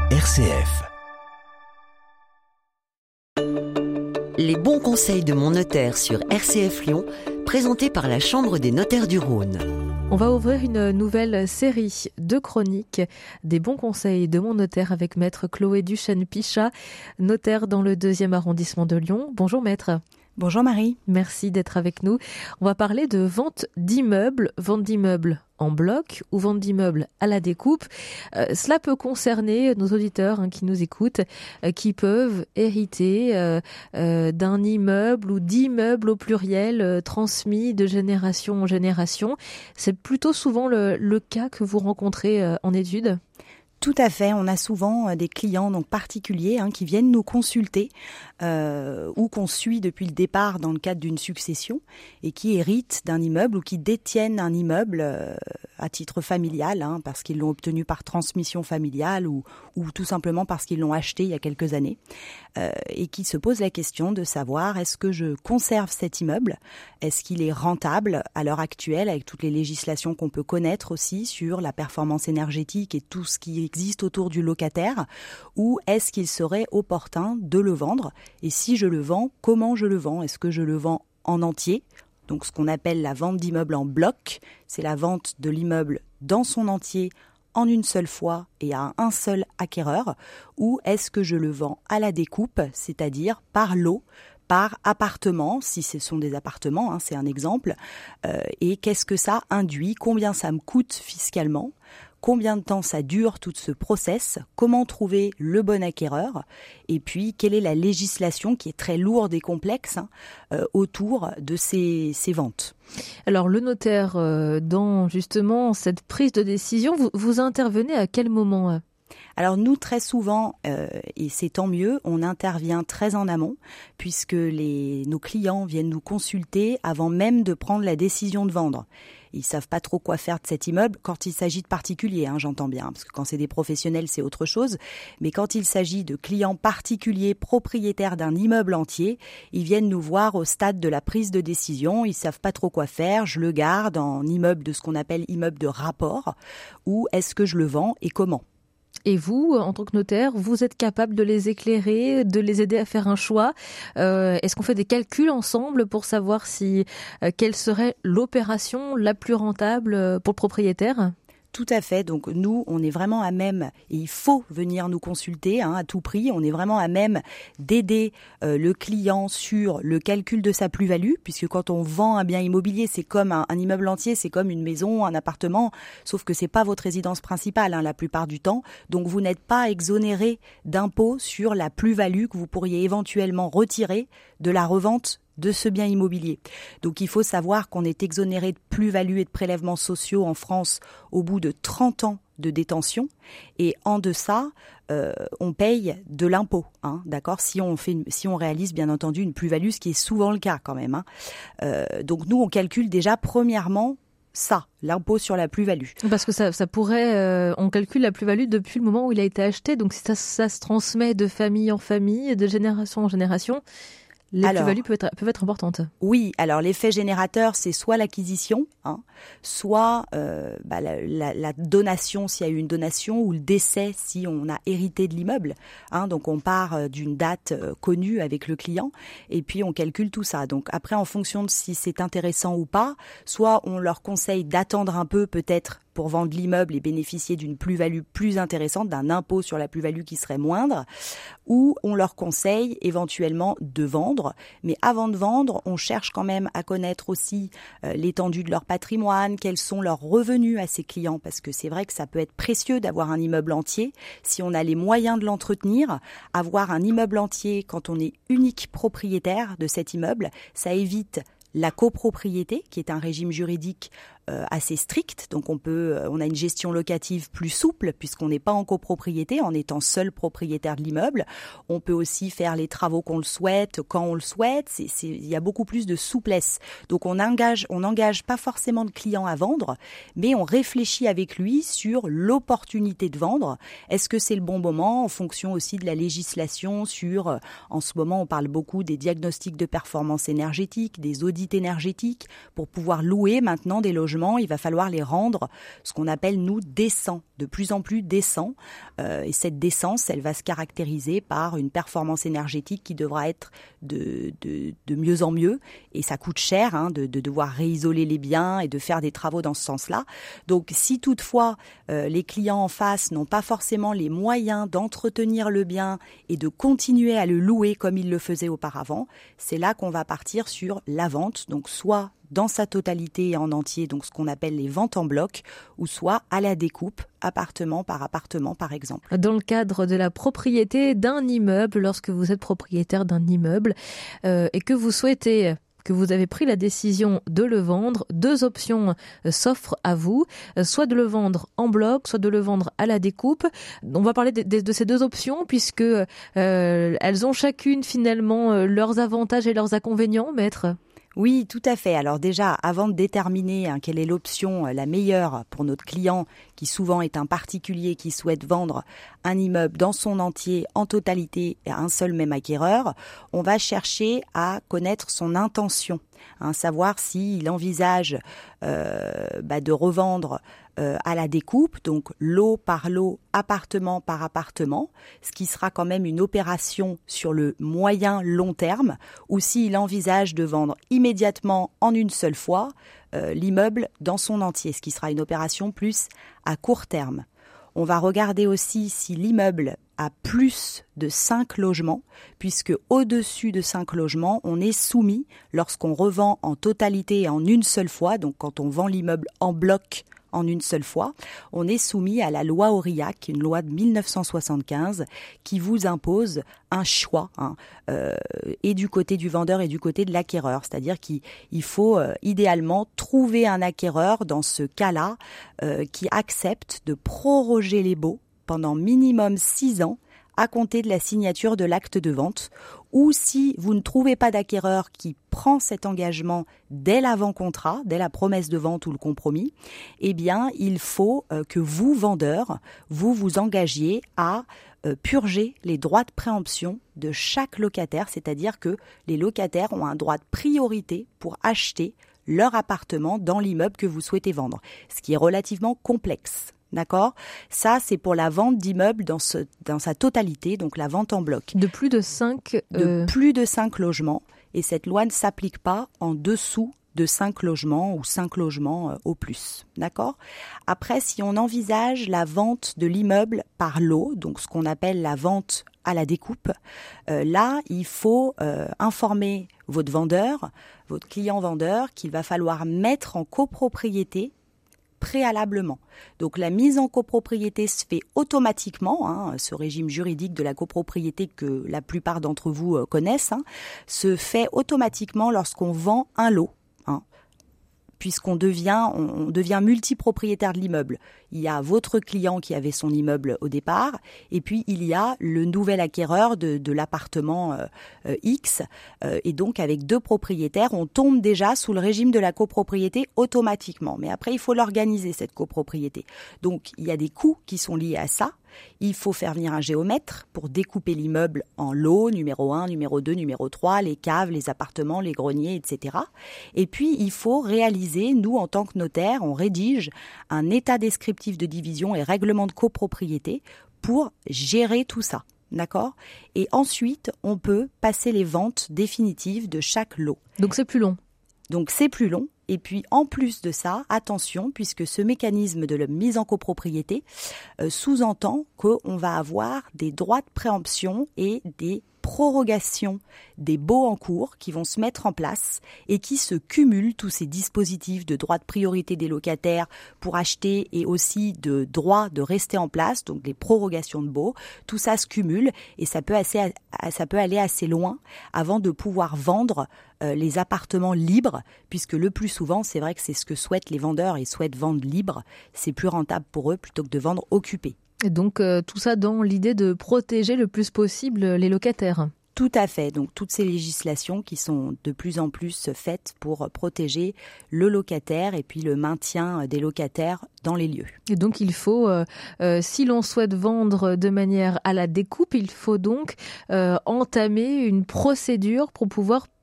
RCF. Les bons conseils de mon notaire sur RCF Lyon, présentés par la Chambre des notaires du Rhône. On va ouvrir une nouvelle série de chroniques des bons conseils de mon notaire avec maître Chloé Duchesne-Pichat, notaire dans le 2e arrondissement de Lyon. Bonjour maître. Bonjour Marie. Merci d'être avec nous. On va parler de vente d'immeubles en bloc ou vente d'immeubles à la découpe. Cela peut concerner nos auditeurs qui nous écoutent, qui peuvent hériter d'un immeuble ou d'immeubles au pluriel transmis de génération en génération. C'est plutôt souvent le cas que vous rencontrez en études ? Tout à fait, on a souvent des clients donc particuliers qui viennent nous consulter ou qu'on suit depuis le départ dans le cadre d'une succession et qui héritent d'un immeuble ou qui détiennent un immeuble à titre familial parce qu'ils l'ont obtenu par transmission familiale ou tout simplement parce qu'ils l'ont acheté il y a quelques années et qui se posent la question de savoir est-ce que je conserve cet immeuble ? Est-ce qu'il est rentable à l'heure actuelle avec toutes les législations qu'on peut connaître aussi sur la performance énergétique et tout ce qui existe autour du locataire, ou est-ce qu'il serait opportun de le vendre ? Et si je le vends, comment je le vends ? Est-ce que je le vends en entier ? Donc ce qu'on appelle la vente d'immeuble en bloc, c'est la vente de l'immeuble dans son entier en une seule fois et à un seul acquéreur, ou est-ce que je le vends à la découpe, c'est-à-dire par lot, par appartement, si ce sont des appartements, c'est un exemple, et qu'est-ce que ça induit, combien ça me coûte fiscalement ? Combien de temps ça dure tout ce process ? Comment trouver le bon acquéreur ? Et puis, quelle est la législation qui est très lourde et complexe autour de ces ventes ? Alors, le notaire, dans justement cette prise de décision, vous intervenez à quel moment ? Alors nous, très souvent, et c'est tant mieux, on intervient très en amont puisque nos clients viennent nous consulter avant même de prendre la décision de vendre. Ils savent pas trop quoi faire de cet immeuble quand il s'agit de particuliers, j'entends bien, parce que quand c'est des professionnels, c'est autre chose. Mais quand il s'agit de clients particuliers, propriétaires d'un immeuble entier, ils viennent nous voir au stade de la prise de décision. Ils savent pas trop quoi faire. Je le garde en immeuble de ce qu'on appelle immeuble de rapport, ou est-ce que je le vends et comment ? Et vous, en tant que notaire, vous êtes capable de les éclairer, de les aider à faire un choix. Est-ce qu'on fait des calculs ensemble pour savoir quelle serait l'opération la plus rentable pour le propriétaire ? Tout à fait. Donc nous, on est vraiment à même, et il faut venir nous consulter à tout prix, on est vraiment à même d'aider le client sur le calcul de sa plus-value, puisque quand on vend un bien immobilier, c'est comme un immeuble entier, c'est comme une maison, un appartement, sauf que c'est pas votre résidence principale la plupart du temps. Donc vous n'êtes pas exonéré d'impôt sur la plus-value que vous pourriez éventuellement retirer de la revente de ce bien immobilier. Donc il faut savoir qu'on est exonéré de plus-value et de prélèvements sociaux en France au bout de 30 ans de détention et en deçà, on paye de l'impôt, d'accord, si on réalise bien entendu une plus-value, ce qui est souvent le cas quand même. Donc nous on calcule déjà premièrement ça, l'impôt sur la plus-value. Parce que ça pourrait, on calcule la plus-value depuis le moment où il a été acheté, donc si ça se transmet de famille en famille, de génération en génération, les plus-values peuvent être importantes. Oui, alors l'effet générateur, c'est soit l'acquisition, soit la donation s'il y a eu une donation ou le décès si on a hérité de l'immeuble. Donc on part d'une date connue avec le client et puis on calcule tout ça. Donc après, en fonction de si c'est intéressant ou pas, soit on leur conseille d'attendre un peu peut-être pour vendre l'immeuble et bénéficier d'une plus-value plus intéressante, d'un impôt sur la plus-value qui serait moindre, ou on leur conseille éventuellement de vendre. Mais avant de vendre, on cherche quand même à connaître aussi l'étendue de leur patrimoine, quels sont leurs revenus à ces clients, parce que c'est vrai que ça peut être précieux d'avoir un immeuble entier. Si on a les moyens de l'entretenir, avoir un immeuble entier quand on est unique propriétaire de cet immeuble, ça évite la copropriété, qui est un régime juridique assez strict, donc on a une gestion locative plus souple puisqu'on n'est pas en copropriété en étant seul propriétaire de l'immeuble. On peut aussi faire les travaux qu'on le souhaite, quand on le souhaite. Il y a beaucoup plus de souplesse. Donc on n'engage pas forcément de client à vendre, mais on réfléchit avec lui sur l'opportunité de vendre. Est-ce que c'est le bon moment en fonction aussi de la législation sur, en ce moment on parle beaucoup des diagnostics de performance énergétique, des audits énergétiques pour pouvoir louer maintenant des logements logements, il va falloir les rendre ce qu'on appelle, nous, décents, de plus en plus décents. Et cette décence, elle va se caractériser par une performance énergétique qui devra être de mieux en mieux. Et ça coûte cher de devoir réisoler les biens et de faire des travaux dans ce sens-là. Donc, si toutefois, les clients en face n'ont pas forcément les moyens d'entretenir le bien et de continuer à le louer comme ils le faisaient auparavant, c'est là qu'on va partir sur la vente, donc soit dans sa totalité et en entier, donc ce qu'on appelle les ventes en bloc, ou soit à la découpe, appartement par exemple. Dans le cadre de la propriété d'un immeuble, lorsque vous êtes propriétaire d'un immeuble et que vous avez pris la décision de le vendre, deux options s'offrent à vous, soit de le vendre en bloc, soit de le vendre à la découpe. On va parler de ces deux options puisque elles ont chacune finalement leurs avantages et leurs inconvénients, maître. Oui, tout à fait. Alors déjà, avant de déterminer quelle est l'option la meilleure pour notre client, qui souvent est un particulier qui souhaite vendre un immeuble dans son entier, en totalité, à un seul même acquéreur, on va chercher à connaître son intention, savoir s'il envisage de revendre à la découpe, donc lot par lot, appartement par appartement, ce qui sera quand même une opération sur le moyen long terme, ou s'il envisage de vendre immédiatement en une seule fois l'immeuble dans son entier, ce qui sera une opération plus à court terme. On va regarder aussi si l'immeuble a plus de 5 logements, puisque au-dessus de 5 logements, on est soumis, lorsqu'on revend en totalité et en une seule fois, donc quand on vend l'immeuble en bloc en une seule fois, on est soumis à la loi Aurillac, une loi de 1975 qui vous impose un choix et du côté du vendeur et du côté de l'acquéreur. C'est-à-dire qu'il faut idéalement trouver un acquéreur dans ce cas-là qui accepte de proroger les baux pendant minimum 6 ans à compter de la signature de l'acte de vente, ou si vous ne trouvez pas d'acquéreur qui prend cet engagement dès l'avant-contrat, dès la promesse de vente ou le compromis, eh bien, il faut que vous, vendeur, vous engagiez à purger les droits de préemption de chaque locataire, c'est-à-dire que les locataires ont un droit de priorité pour acheter leur appartement dans l'immeuble que vous souhaitez vendre, ce qui est relativement complexe. D'accord ? Ça, c'est pour la vente d'immeubles dans sa totalité, donc la vente en bloc. De plus de 5 plus de 5 logements. Et cette loi ne s'applique pas en dessous de 5 logements ou 5 logements au plus. D'accord ? Après, si on envisage la vente de l'immeuble par lot, donc ce qu'on appelle la vente à la découpe, là, il faut informer votre vendeur, votre client vendeur, qu'il va falloir mettre en copropriété préalablement. Donc la mise en copropriété se fait automatiquement, ce régime juridique de la copropriété que la plupart d'entre vous connaissent, se fait automatiquement lorsqu'on vend un lot, puisqu'on devient multipropriétaire de l'immeuble. Il y a votre client qui avait son immeuble au départ, et puis il y a le nouvel acquéreur de l'appartement X, et donc avec 2 propriétaires, on tombe déjà sous le régime de la copropriété automatiquement. Mais après, il faut l'organiser, cette copropriété. Donc, il y a des coûts qui sont liés à ça. Il faut faire venir un géomètre pour découper l'immeuble en lots, numéro 1, numéro 2, numéro 3, les caves, les appartements, les greniers, etc. Et puis, il faut réaliser, nous, en tant que notaire, on rédige un état descriptif de division et règlement de copropriété pour gérer tout ça. D'accord ? Et ensuite, on peut passer les ventes définitives de chaque lot. Donc, c'est plus long. Et puis, en plus de ça, attention, puisque ce mécanisme de la mise en copropriété sous-entend qu'on va avoir des droits de préemption et des prorogation des baux en cours qui vont se mettre en place et qui se cumulent, tous ces dispositifs de droit de priorité des locataires pour acheter et aussi de droit de rester en place, donc des prorogations de baux, tout ça se cumule et ça peut aller assez loin avant de pouvoir vendre les appartements libres, puisque le plus souvent, c'est vrai que c'est ce que souhaitent les vendeurs, ils souhaitent vendre libre, c'est plus rentable pour eux plutôt que de vendre occupé. Et donc tout ça dans l'idée de protéger le plus possible les locataires. Tout à fait. Donc toutes ces législations qui sont de plus en plus faites pour protéger le locataire et puis le maintien des locataires dans les lieux. Et donc il faut, si l'on souhaite vendre de manière à la découpe, il faut donc entamer une procédure pour pouvoir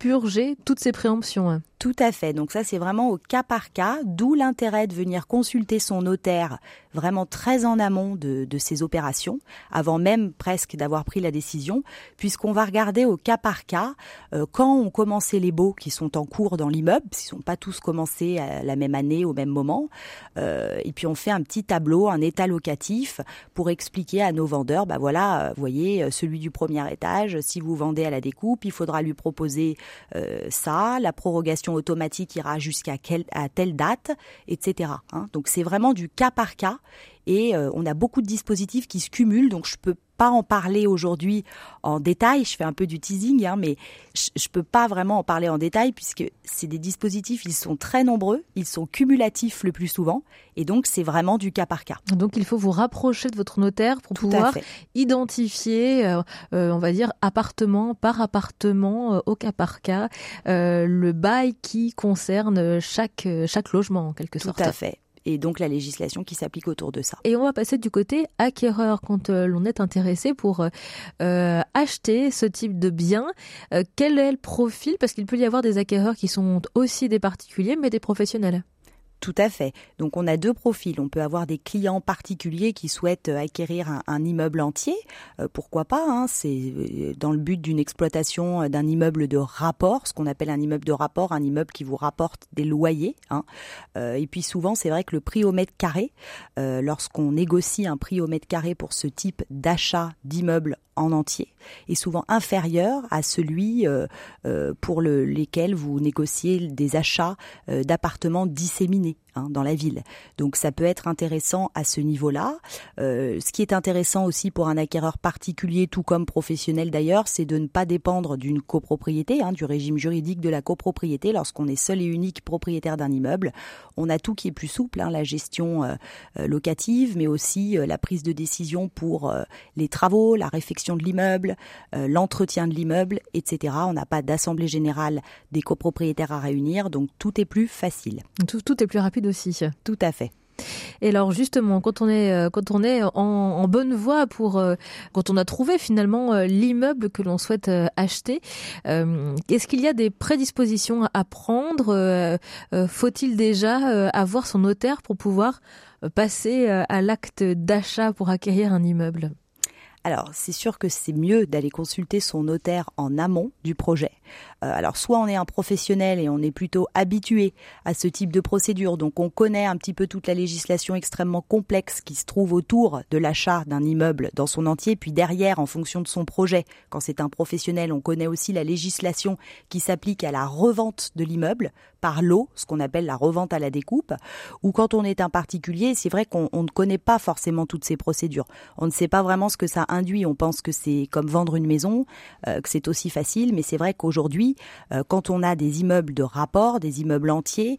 purger toutes ces préemptions. Tout à fait. Donc ça, c'est vraiment au cas par cas, d'où l'intérêt de venir consulter son notaire vraiment très en amont de ces opérations, avant même presque d'avoir pris la décision, puisqu'on va regarder au cas par cas quand ont commencé les baux qui sont en cours dans l'immeuble, s'ils ne sont pas tous commencés à la même année, au même moment. Et puis on fait un petit tableau, un état locatif pour expliquer à nos vendeurs, vous voyez, celui du premier étage, si vous vendez à la découpe, il faudra lui proposer ça, la prorogation automatique ira jusqu'à telle date, etc. Donc c'est vraiment du cas par cas et on a beaucoup de dispositifs qui se cumulent, donc je peux pas en parler aujourd'hui en détail, je fais un peu du teasing, mais je peux pas vraiment en parler en détail puisque c'est des dispositifs, ils sont très nombreux, ils sont cumulatifs le plus souvent et donc c'est vraiment du cas par cas. Donc il faut vous rapprocher de votre notaire pour pouvoir identifier, on va dire appartement par appartement, au cas par cas, le bail qui concerne chaque logement en quelque sorte. Tout à fait. Et donc la législation qui s'applique autour de ça. Et on va passer du côté acquéreur quand l'on est intéressé pour acheter ce type de bien. Quel est le profil ? Parce qu'il peut y avoir des acquéreurs qui sont aussi des particuliers mais des professionnels. Tout à fait. Donc on a deux profils. On peut avoir des clients particuliers qui souhaitent acquérir un immeuble entier. Pourquoi pas, c'est dans le but d'une exploitation d'un immeuble de rapport, ce qu'on appelle un immeuble de rapport, un immeuble qui vous rapporte des loyers. Et puis souvent, c'est vrai que le prix au mètre carré, lorsqu'on négocie un prix au mètre carré pour ce type d'achat d'immeuble en entier, est souvent inférieur à celui pour lesquels vous négociez des achats d'appartements disséminés dans la ville. Donc ça peut être intéressant à ce niveau-là. Ce qui est intéressant aussi pour un acquéreur particulier, tout comme professionnel d'ailleurs, c'est de ne pas dépendre d'une copropriété, du régime juridique de la copropriété. Lorsqu'on est seul et unique propriétaire d'un immeuble, on a tout qui est plus souple, la gestion locative, mais aussi la prise de décision pour les travaux, la réfection de l'immeuble, l'entretien de l'immeuble, etc. On n'a pas d'assemblée générale des copropriétaires à réunir, donc tout est plus facile. Tout est plus rapide aussi. Tout à fait. Et alors justement, quand on est en bonne voie quand on a trouvé finalement l'immeuble que l'on souhaite acheter, est-ce qu'il y a des prédispositions à prendre ? Faut-il déjà avoir son notaire pour pouvoir passer à l'acte d'achat pour acquérir un immeuble ? Alors, c'est sûr que c'est mieux d'aller consulter son notaire en amont du projet. Alors, soit on est un professionnel et on est plutôt habitué à ce type de procédure, donc on connaît un petit peu toute la législation extrêmement complexe qui se trouve autour de l'achat d'un immeuble dans son entier, puis derrière, en fonction de son projet, quand c'est un professionnel, on connaît aussi la législation qui s'applique à la revente de l'immeuble par lot, ce qu'on appelle la revente à la découpe, ou quand on est un particulier, c'est vrai qu'on ne connaît pas forcément toutes ces procédures. On ne sait pas vraiment ce que ça induit. On pense que c'est comme vendre une maison, que c'est aussi facile, mais c'est vrai qu'aujourd'hui, quand on a des immeubles de rapport, des immeubles entiers,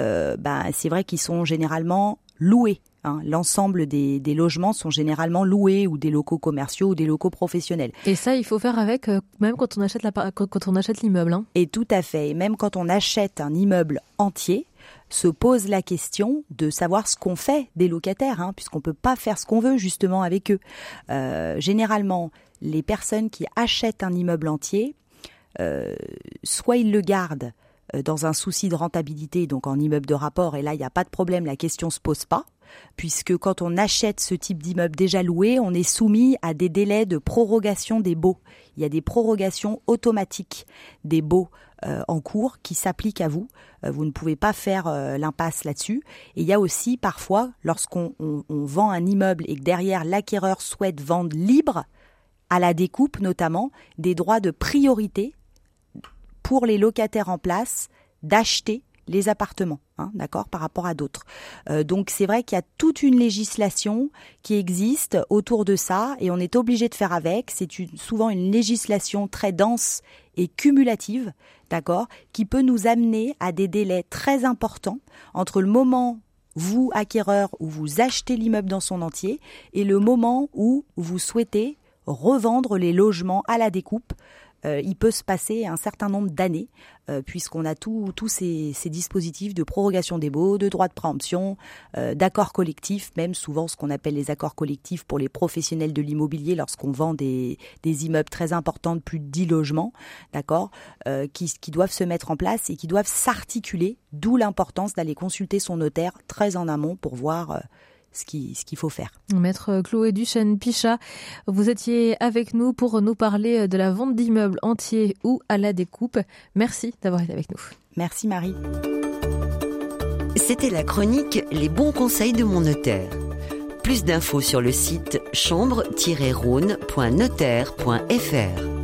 c'est vrai qu'ils sont généralement loués. L'ensemble des logements sont généralement loués ou des locaux commerciaux ou des locaux professionnels. Et ça, il faut faire avec, même quand on achète l'immeuble. Et tout à fait. Et même quand on achète un immeuble entier, se pose la question de savoir ce qu'on fait des locataires, puisqu'on peut pas faire ce qu'on veut justement avec eux. Généralement, les personnes qui achètent un immeuble entier, soit ils le gardent dans un souci de rentabilité, donc en immeuble de rapport, et là il n'y a pas de problème, la question se pose pas, puisque quand on achète ce type d'immeuble déjà loué, on est soumis à des délais de prorogation des baux. Il y a des prorogations automatiques des baux en cours qui s'appliquent à vous. Vous ne pouvez pas faire l'impasse là-dessus. Et il y a aussi parfois, lorsqu'on vend un immeuble et que derrière l'acquéreur souhaite vendre libre, à la découpe notamment, des droits de priorité pour les locataires en place d'acheter les appartements, d'accord, par rapport à d'autres. Donc c'est vrai qu'il y a toute une législation qui existe autour de ça et on est obligé de faire avec. C'est souvent une législation très dense et cumulative, d'accord, qui peut nous amener à des délais très importants entre le moment vous, acquéreur, où vous achetez l'immeuble dans son entier et le moment où vous souhaitez revendre les logements à la découpe il peut se passer un certain nombre d'années, puisqu'on a tous ces dispositifs de prorogation des baux, de droits de préemption, d'accords collectifs, même souvent ce qu'on appelle les accords collectifs pour les professionnels de l'immobilier lorsqu'on vend des immeubles très importants de plus de 10 logements, d'accord, qui doivent se mettre en place et qui doivent s'articuler, d'où l'importance d'aller consulter son notaire très en amont pour voir ce qu'il faut faire. Maître Chloé Duchesne-Pichat, vous étiez avec nous pour nous parler de la vente d'immeubles entiers ou à la découpe. Merci d'avoir été avec nous. Merci Marie. C'était la chronique Les bons conseils de mon notaire. Plus d'infos sur le site chambre-rhône.notaire.fr.